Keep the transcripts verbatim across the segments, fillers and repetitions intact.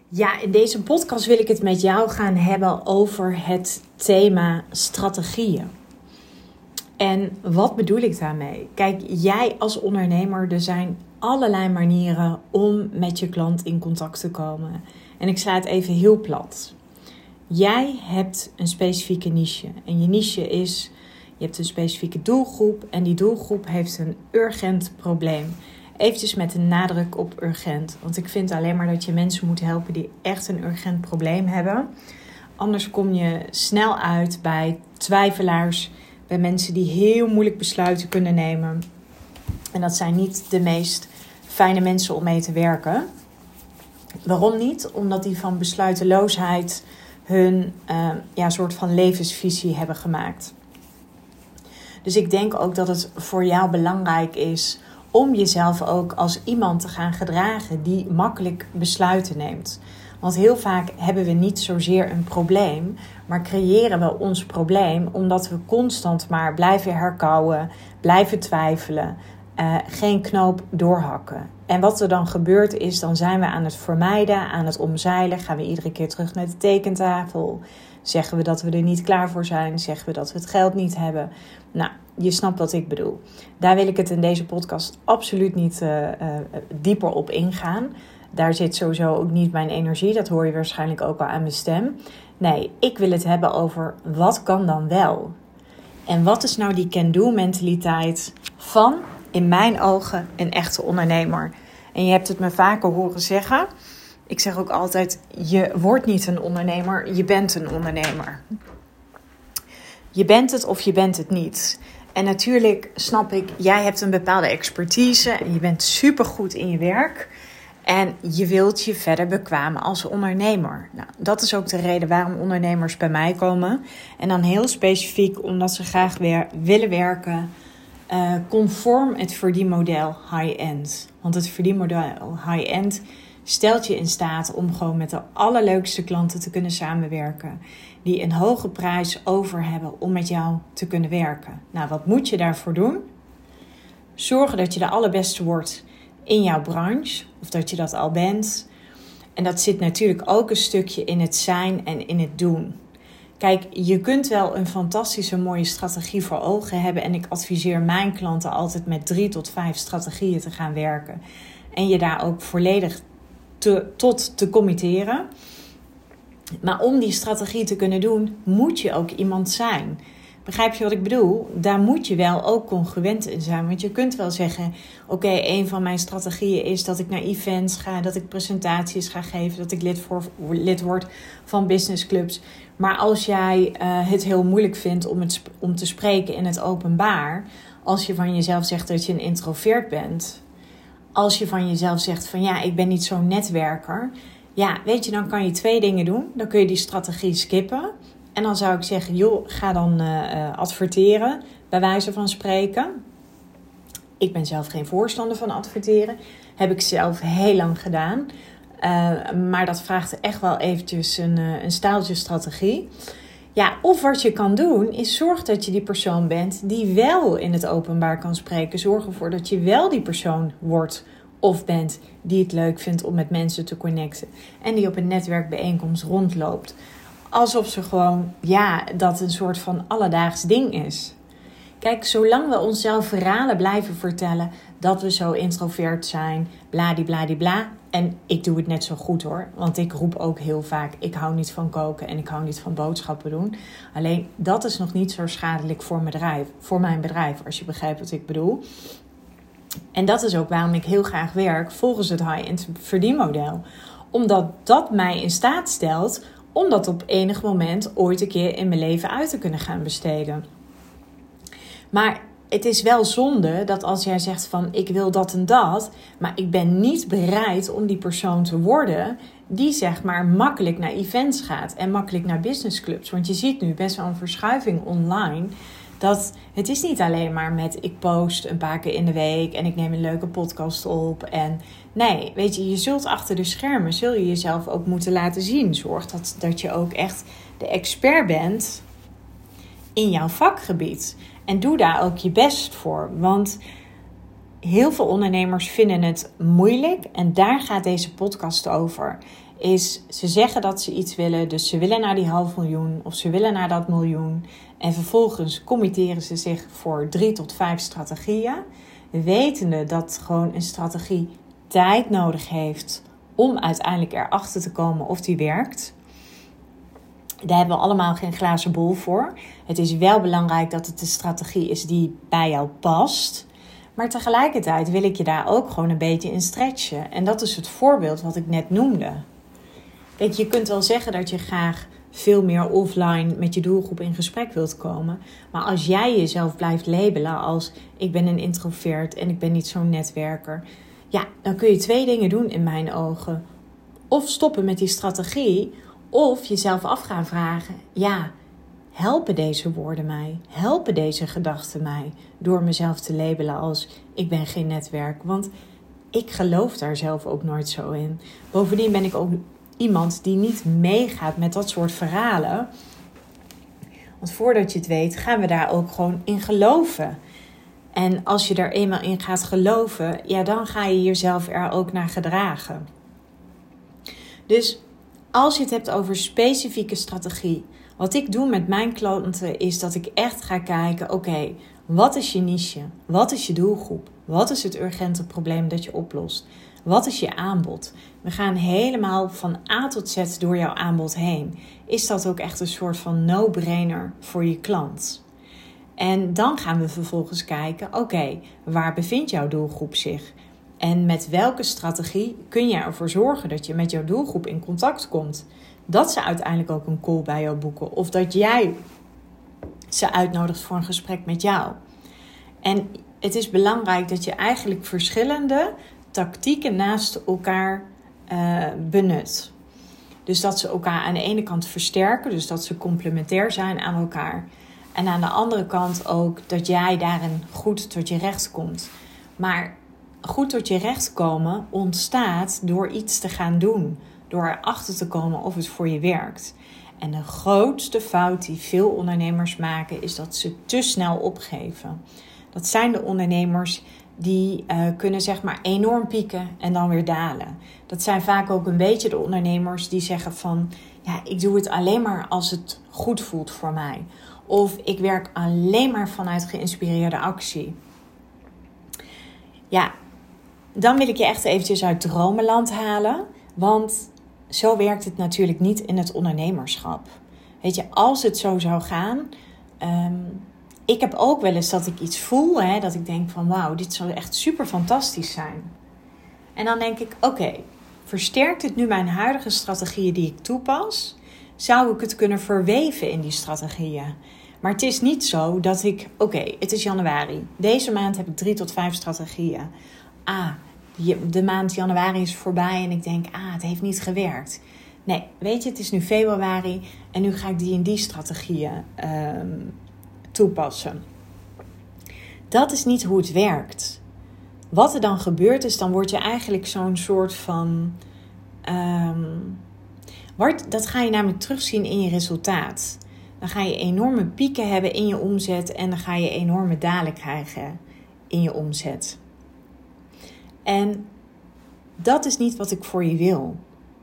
Ja, in deze podcast wil ik het met jou gaan hebben over het thema strategieën. En wat bedoel ik daarmee? Kijk, jij als ondernemer, er zijn allerlei manieren om met je klant in contact te komen. En ik sla het even heel plat. Jij hebt een specifieke niche. En je niche is, je hebt een specifieke doelgroep. En die doelgroep heeft een urgent probleem. Eventjes met een nadruk op urgent. Want ik vind alleen maar dat je mensen moet helpen die echt een urgent probleem hebben. Anders kom je snel uit bij twijfelaars. Bij mensen die heel moeilijk besluiten kunnen nemen. En dat zijn niet de meest fijne mensen om mee te werken. Waarom niet? Omdat die van besluiteloosheid hun uh, ja, soort van levensvisie hebben gemaakt. Dus ik denk ook dat het voor jou belangrijk is om jezelf ook als iemand te gaan gedragen die makkelijk besluiten neemt. Want heel vaak hebben we niet zozeer een probleem, maar creëren we ons probleem omdat we constant maar blijven herkauwen, blijven twijfelen, uh, geen knoop doorhakken. En wat er dan gebeurt is, dan zijn we aan het vermijden, aan het omzeilen, gaan we iedere keer terug naar de tekentafel. Zeggen we dat we er niet klaar voor zijn, zeggen we dat we het geld niet hebben. Nou, je snapt wat ik bedoel. Daar wil ik het in deze podcast absoluut niet uh, uh, dieper op ingaan. Daar zit sowieso ook niet mijn energie. Dat hoor je waarschijnlijk ook al aan mijn stem. Nee, ik wil het hebben over wat kan dan wel? En wat is nou die can-do mentaliteit van, in mijn ogen, een echte ondernemer? En je hebt het me vaker horen zeggen. Ik zeg ook altijd, je wordt niet een ondernemer, je bent een ondernemer. Je bent het of je bent het niet. En natuurlijk snap ik, jij hebt een bepaalde expertise en je bent supergoed in je werk. En je wilt je verder bekwamen als ondernemer. Nou, dat is ook de reden waarom ondernemers bij mij komen. En dan heel specifiek omdat ze graag weer willen werken uh, conform het verdienmodel high-end. Want het verdienmodel high-end stelt je in staat om gewoon met de allerleukste klanten te kunnen samenwerken. Die een hoge prijs over hebben om met jou te kunnen werken. Nou, wat moet je daarvoor doen? Zorgen dat je de allerbeste wordt in jouw branche. Of dat je dat al bent. En dat zit natuurlijk ook een stukje in het zijn en in het doen. Kijk, je kunt wel een fantastische mooie strategie voor ogen hebben. En ik adviseer mijn klanten altijd met drie tot vijf strategieën te gaan werken. En je daar ook volledig te, tot te committeren. Maar om die strategie te kunnen doen, moet je ook iemand zijn. Begrijp je wat ik bedoel? Daar moet je wel ook congruent in zijn. Want je kunt wel zeggen, oké, okay, een van mijn strategieën is dat ik naar events ga, dat ik presentaties ga geven, dat ik lid, voor, lid word van businessclubs. Maar als jij uh, het heel moeilijk vindt om, het, om te spreken in het openbaar, als je van jezelf zegt dat je een introvert bent, als je van jezelf zegt van ja, ik ben niet zo'n netwerker, ja, weet je, dan kan je twee dingen doen. Dan kun je die strategie skippen. En dan zou ik zeggen, joh, ga dan uh, adverteren, bij wijze van spreken. Ik ben zelf geen voorstander van adverteren. Heb ik zelf heel lang gedaan. Uh, maar dat vraagt echt wel eventjes een, uh, een staaltje strategie. Ja, of wat je kan doen, is zorg dat je die persoon bent die wel in het openbaar kan spreken. Zorg ervoor dat je wel die persoon wordt of bent die het leuk vindt om met mensen te connecten. En die op een netwerkbijeenkomst rondloopt. Alsof ze gewoon, ja, dat een soort van alledaags ding is. Kijk, zolang we onszelf verhalen blijven vertellen dat we zo introvert zijn, bladibladibla. En ik doe het net zo goed hoor, want ik roep ook heel vaak, ik hou niet van koken en ik hou niet van boodschappen doen. Alleen dat is nog niet zo schadelijk voor mijn bedrijf, voor mijn bedrijf, als je begrijpt wat ik bedoel. En dat is ook waarom ik heel graag werk volgens het high-end verdienmodel. Omdat dat mij in staat stelt om dat op enig moment ooit een keer in mijn leven uit te kunnen gaan besteden. Maar het is wel zonde dat als jij zegt van ik wil dat en dat, maar ik ben niet bereid om die persoon te worden die zeg maar makkelijk naar events gaat en makkelijk naar businessclubs. Want je ziet nu best wel een verschuiving online. Dat het is niet alleen maar met ik post een paar keer in de week en ik neem een leuke podcast op. En nee, weet je, je zult achter de schermen, zul je jezelf ook moeten laten zien. Zorg dat, dat je ook echt de expert bent in jouw vakgebied. En doe daar ook je best voor. Want heel veel ondernemers vinden het moeilijk. En daar gaat deze podcast over. Is ze zeggen dat ze iets willen. Dus ze willen naar die half miljoen. Of ze willen naar dat miljoen. En vervolgens committeren ze zich voor drie tot vijf strategieën. Wetende dat gewoon een strategie tijd nodig heeft om uiteindelijk erachter te komen of die werkt. Daar hebben we allemaal geen glazen bol voor. Het is wel belangrijk dat het een strategie is die bij jou past. Maar tegelijkertijd wil ik je daar ook gewoon een beetje in stretchen. En dat is het voorbeeld wat ik net noemde. Kijk, je kunt wel zeggen dat je graag veel meer offline met je doelgroep in gesprek wilt komen. Maar als jij jezelf blijft labelen als ik ben een introvert en ik ben niet zo'n netwerker. Ja, dan kun je twee dingen doen in mijn ogen. Of stoppen met die strategie, of jezelf af gaan vragen. Ja, helpen deze woorden mij? Helpen deze gedachten mij? Door mezelf te labelen als ik ben geen netwerk. Want ik geloof daar zelf ook nooit zo in. Bovendien ben ik ook iemand die niet meegaat met dat soort verhalen. Want voordat je het weet, gaan we daar ook gewoon in geloven. En als je er eenmaal in gaat geloven, ja, dan ga je jezelf er ook naar gedragen. Dus als je het hebt over specifieke strategie. Wat ik doe met mijn klanten is dat ik echt ga kijken, oké, okay, wat is je niche? Wat is je doelgroep? Wat is het urgente probleem dat je oplost? Wat is je aanbod? We gaan helemaal van A tot Z door jouw aanbod heen. Is dat ook echt een soort van no-brainer voor je klant? En dan gaan we vervolgens kijken, oké, okay, waar bevindt jouw doelgroep zich? En met welke strategie kun je ervoor zorgen dat je met jouw doelgroep in contact komt? Dat ze uiteindelijk ook een call bij jou boeken. Of dat jij ze uitnodigt voor een gesprek met jou. En het is belangrijk dat je eigenlijk verschillende tactieken naast elkaar uh, benut. Dus dat ze elkaar aan de ene kant versterken. Dus dat ze complementair zijn aan elkaar. En aan de andere kant ook dat jij daarin goed tot je recht komt. Maar goed tot je recht komen ontstaat door iets te gaan doen. Door erachter te komen of het voor je werkt. En de grootste fout die veel ondernemers maken is dat ze te snel opgeven. Dat zijn de ondernemers die uh, kunnen zeg maar enorm pieken en dan weer dalen. Dat zijn vaak ook een beetje de ondernemers die zeggen van, ja, ik doe het alleen maar als het goed voelt voor mij. Of ik werk alleen maar vanuit geïnspireerde actie. Ja, dan wil ik je echt eventjes uit dromenland halen. Want zo werkt het natuurlijk niet in het ondernemerschap. Weet je, als het zo zou gaan. Um, ik heb ook wel eens dat ik iets voel. Hè, dat ik denk van wauw, dit zou echt super fantastisch zijn. En dan denk ik, oké, okay, versterkt het nu mijn huidige strategieën die ik toepas? Zou ik het kunnen verweven in die strategieën? Maar het is niet zo dat ik, oké, okay, het is januari. Deze maand heb ik drie tot vijf strategieën. Ah, de maand januari is voorbij en ik denk, ah, het heeft niet gewerkt. Nee, weet je, het is nu februari en nu ga ik die en die strategieën um, toepassen. Dat is niet hoe het werkt. Wat er dan gebeurt is, dan word je eigenlijk zo'n soort van... Um, wordt, dat ga je namelijk terugzien in je resultaat. Dan ga je enorme pieken hebben in je omzet en dan ga je enorme dalen krijgen in je omzet. En dat is niet wat ik voor je wil.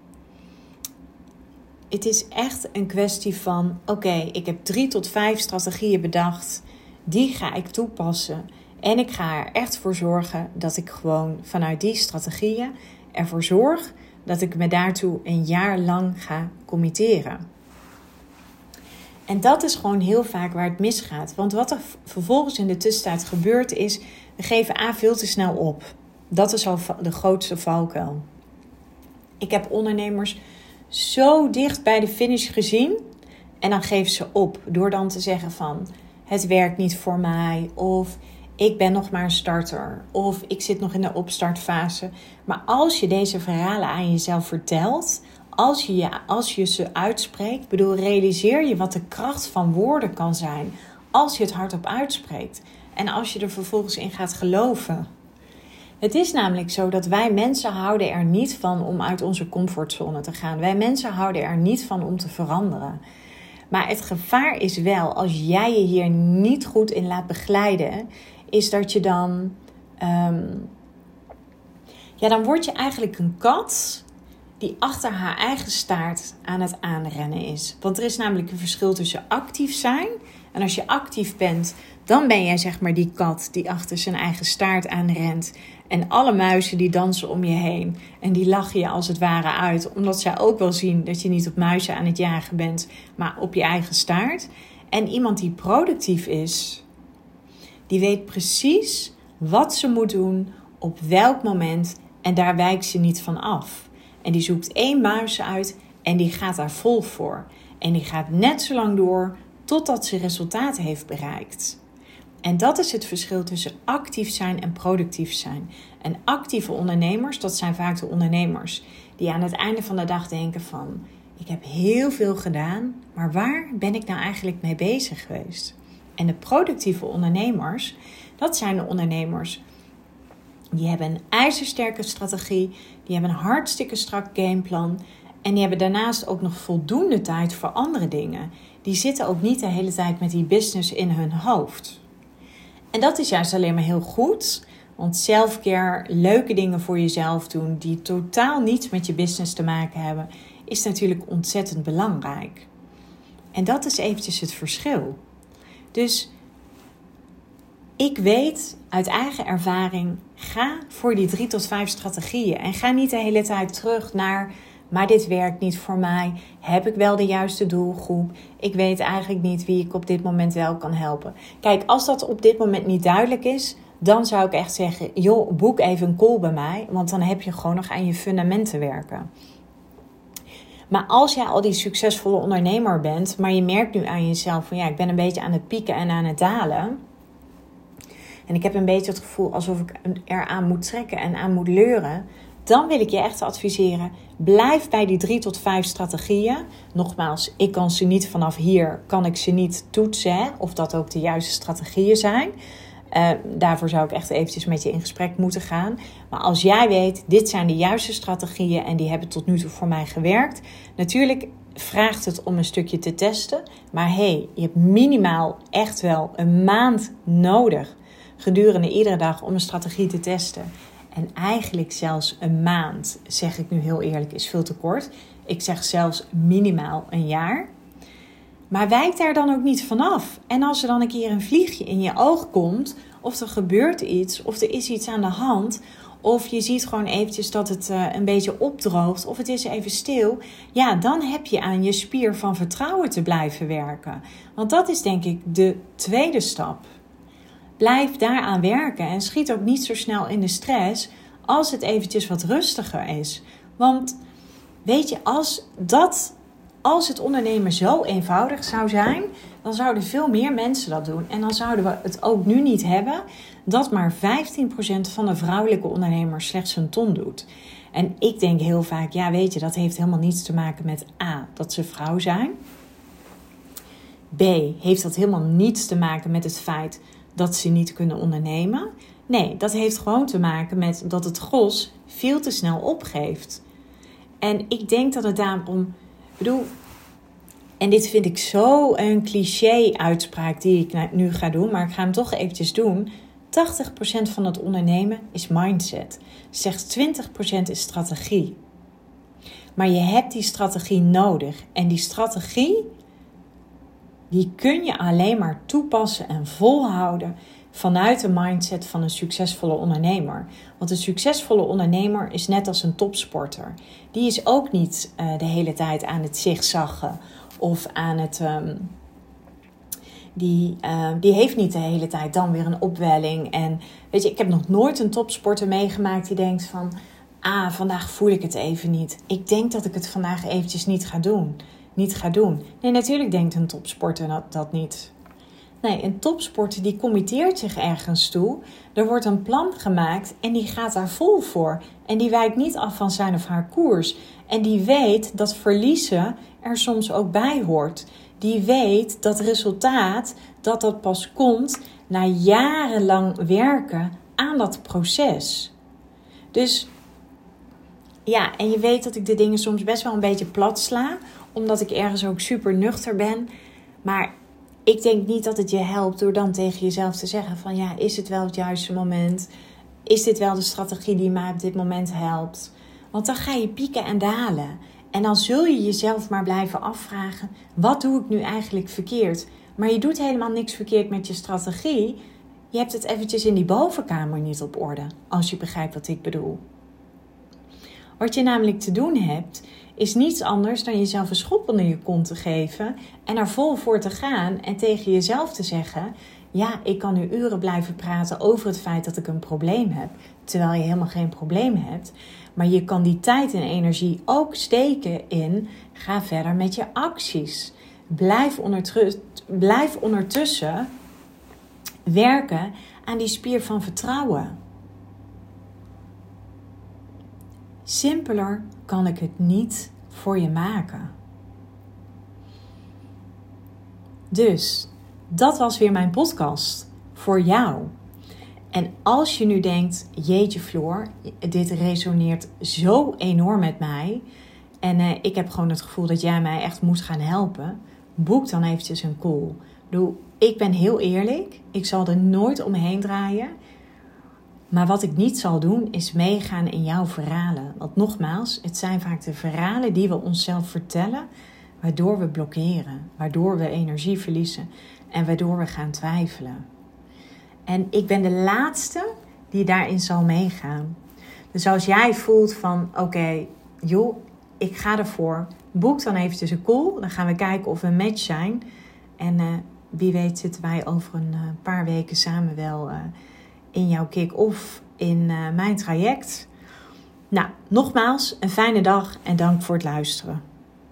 Het is echt een kwestie van, oké, okay, ik heb drie tot vijf strategieën bedacht. Die ga ik toepassen. En ik ga er echt voor zorgen dat ik gewoon vanuit die strategieën ervoor zorg dat ik me daartoe een jaar lang ga committeren. En dat is gewoon heel vaak waar het misgaat. Want wat er vervolgens in de tussentijd gebeurt is, we geven A veel te snel op. Dat is al de grootste valkuil. Ik heb ondernemers zo dicht bij de finish gezien en dan geven ze op. Door dan te zeggen van, het werkt niet voor mij of ik ben nog maar een starter of ik zit nog in de opstartfase. Maar als je deze verhalen aan jezelf vertelt, als je, als je ze uitspreekt, bedoel, realiseer je wat de kracht van woorden kan zijn als je het hardop uitspreekt. En als je er vervolgens in gaat geloven. Het is namelijk zo dat wij mensen houden er niet van om uit onze comfortzone te gaan. Wij mensen houden er niet van om te veranderen. Maar het gevaar is wel, als jij je hier niet goed in laat begeleiden, is dat je dan Um, ja, dan word je eigenlijk een kat die achter haar eigen staart aan het aanrennen is. Want er is namelijk een verschil tussen actief zijn. En als je actief bent, dan ben jij zeg maar die kat die achter zijn eigen staart aanrent. En alle muizen die dansen om je heen. En die lachen je als het ware uit. Omdat zij ook wel zien dat je niet op muizen aan het jagen bent, maar op je eigen staart. En iemand die productief is, die weet precies wat ze moet doen, op welk moment. En daar wijkt ze niet van af. En die zoekt één muis uit en die gaat daar vol voor. En die gaat net zo lang door totdat ze resultaten heeft bereikt. En dat is het verschil tussen actief zijn en productief zijn. En actieve ondernemers, dat zijn vaak de ondernemers die aan het einde van de dag denken van, ik heb heel veel gedaan, maar waar ben ik nou eigenlijk mee bezig geweest? En de productieve ondernemers, dat zijn de ondernemers die hebben een ijzersterke strategie, die hebben een hartstikke strak gameplan en die hebben daarnaast ook nog voldoende tijd voor andere dingen. Die zitten ook niet de hele tijd met die business in hun hoofd. En dat is juist alleen maar heel goed, want selfcare, leuke dingen voor jezelf doen die totaal niets met je business te maken hebben, is natuurlijk ontzettend belangrijk. En dat is eventjes het verschil. Dus ik weet uit eigen ervaring, ga voor die drie tot vijf strategieën. En ga niet de hele tijd terug naar, maar dit werkt niet voor mij. Heb ik wel de juiste doelgroep? Ik weet eigenlijk niet wie ik op dit moment wel kan helpen. Kijk, als dat op dit moment niet duidelijk is, dan zou ik echt zeggen, joh, boek even een call bij mij. Want dan heb je gewoon nog aan je fundamenten werken. Maar als jij al die succesvolle ondernemer bent, maar je merkt nu aan jezelf van, ja, ik ben een beetje aan het pieken en aan het dalen. En ik heb een beetje het gevoel alsof ik eraan moet trekken en aan moet leuren. Dan wil ik je echt adviseren, blijf bij die drie tot vijf strategieën. Nogmaals, ik kan ze niet vanaf hier, kan ik ze niet toetsen, hè, of dat ook de juiste strategieën zijn. Uh, daarvoor zou ik echt eventjes met je in gesprek moeten gaan. Maar als jij weet, dit zijn de juiste strategieën en die hebben tot nu toe voor mij gewerkt. Natuurlijk vraagt het om een stukje te testen. Maar hey, je hebt minimaal echt wel een maand nodig gedurende iedere dag om een strategie te testen. En eigenlijk zelfs een maand, zeg ik nu heel eerlijk, is veel te kort. Ik zeg zelfs minimaal een jaar. Maar wijk daar dan ook niet vanaf. En als er dan een keer een vliegje in je oog komt, of er gebeurt iets, of er is iets aan de hand, of je ziet gewoon eventjes dat het uh, een beetje opdroogt, of het is even stil, ja, dan heb je aan je spier van vertrouwen te blijven werken. Want dat is denk ik de tweede stap. Blijf daaraan werken en schiet ook niet zo snel in de stress als het eventjes wat rustiger is. Want weet je, als, dat, als het ondernemen zo eenvoudig zou zijn, dan zouden veel meer mensen dat doen. En dan zouden we het ook nu niet hebben dat maar vijftien procent van de vrouwelijke ondernemers slechts een ton doet. En ik denk heel vaak, ja weet je, dat heeft helemaal niets te maken met A, dat ze vrouw zijn. B, heeft dat helemaal niets te maken met het feit dat ze niet kunnen ondernemen. Nee, dat heeft gewoon te maken met dat het gros veel te snel opgeeft. En ik denk dat het daarom, bedoel, en dit vind ik zo een cliché-uitspraak die ik nu ga doen, maar ik ga hem toch eventjes doen. tachtig procent van het ondernemen is mindset. Slechts twintig procent is strategie. Maar je hebt die strategie nodig. En die strategie, die kun je alleen maar toepassen en volhouden vanuit de mindset van een succesvolle ondernemer. Want een succesvolle ondernemer is net als een topsporter. Die is ook niet uh, de hele tijd aan het zigzaggen of aan het... Um, die, uh, die heeft niet de hele tijd dan weer een opwelling. En weet je, ik heb nog nooit een topsporter meegemaakt die denkt van... Ah, vandaag voel ik het even niet. Ik denk dat ik het vandaag eventjes niet ga doen. Niet ga doen. Nee, natuurlijk denkt een topsporter dat, dat niet. Nee, een topsporter die committeert zich ergens toe. Er wordt een plan gemaakt en die gaat daar vol voor. En die wijkt niet af van zijn of haar koers. En die weet dat verliezen er soms ook bij hoort. Die weet dat resultaat, dat dat pas komt na jarenlang werken aan dat proces. Dus ja, en je weet dat ik de dingen soms best wel een beetje plat sla, omdat ik ergens ook super nuchter ben. Maar ik denk niet dat het je helpt door dan tegen jezelf te zeggen van ja, is het wel het juiste moment? is dit wel de strategie die mij op dit moment helpt? Want dan ga je pieken en dalen. En dan zul je jezelf maar blijven afvragen, wat doe ik nu eigenlijk verkeerd? Maar je doet helemaal niks verkeerd met je strategie. Je hebt het eventjes in die bovenkamer niet op orde, als je begrijpt wat ik bedoel. Wat je namelijk te doen hebt, is niets anders dan jezelf een schop onder je kont te geven en er vol voor te gaan en tegen jezelf te zeggen, ja, ik kan nu uren blijven praten over het feit dat ik een probleem heb, terwijl je helemaal geen probleem hebt. Maar je kan die tijd en energie ook steken in, ga verder met je acties. Blijf, ondertru- blijf ondertussen werken aan die spier van vertrouwen. Simpeler kan ik het niet voor je maken. Dus, dat was weer mijn podcast voor jou. En als je nu denkt, jeetje Floor, dit resoneert zo enorm met mij. En eh, ik heb gewoon het gevoel dat jij mij echt moet gaan helpen. Boek dan eventjes een call. Doe, ik ben heel eerlijk, ik zal er nooit omheen draaien. Maar wat ik niet zal doen, is meegaan in jouw verhalen. Want nogmaals, het zijn vaak de verhalen die we onszelf vertellen, waardoor we blokkeren, waardoor we energie verliezen en waardoor we gaan twijfelen. En ik ben de laatste die daarin zal meegaan. Dus als jij voelt van, oké, okay, joh, ik ga ervoor. Boek dan eventjes een call. Dan gaan we kijken of we een match zijn. En uh, wie weet zitten wij over een uh, paar weken samen wel uh, in jouw kick-off in uh, mijn traject. Nou, nogmaals, een fijne dag en dank voor het luisteren.